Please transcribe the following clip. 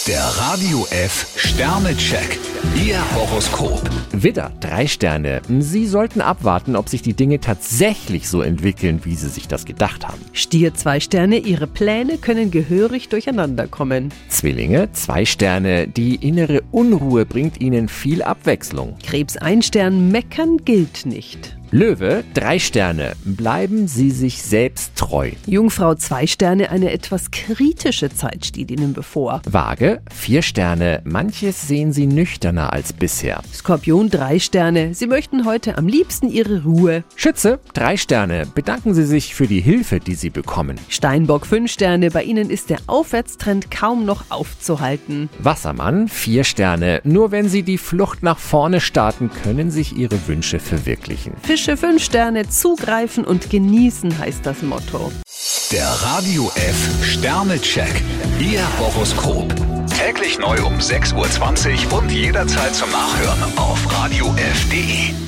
Der Radio F Sternecheck. Ihr Horoskop. Widder, 3 Sterne. Sie sollten abwarten, ob sich die Dinge tatsächlich so entwickeln, wie Sie sich das gedacht haben. Stier, 2 Sterne, Ihre Pläne können gehörig durcheinander kommen. Zwillinge, 2 Sterne. Die innere Unruhe bringt Ihnen viel Abwechslung. Krebs, 1 Stern, meckern gilt nicht. Löwe, 3 Sterne. Bleiben Sie sich selbst treu. Jungfrau, 2 Sterne, eine etwas kritische Zeit steht Ihnen bevor. Waage, 4 Sterne. Manches sehen Sie nüchterner als bisher. Skorpion, 3 Sterne, Sie möchten heute am liebsten Ihre Ruhe. Schütze, 3 Sterne. Bedanken Sie sich für die Hilfe, die Sie bekommen. Steinbock, 5 Sterne, bei Ihnen ist der Aufwärtstrend kaum noch aufzuhalten. Wassermann, 4 Sterne. Nur wenn Sie die Flucht nach vorne starten, können sich Ihre Wünsche verwirklichen. Fische, 5 Sterne, zugreifen und genießen heißt das Motto. Der Radio F Sternecheck. Ihr Horoskop. Täglich neu um 6:20 Uhr und jederzeit zum Nachhören auf radiof.de.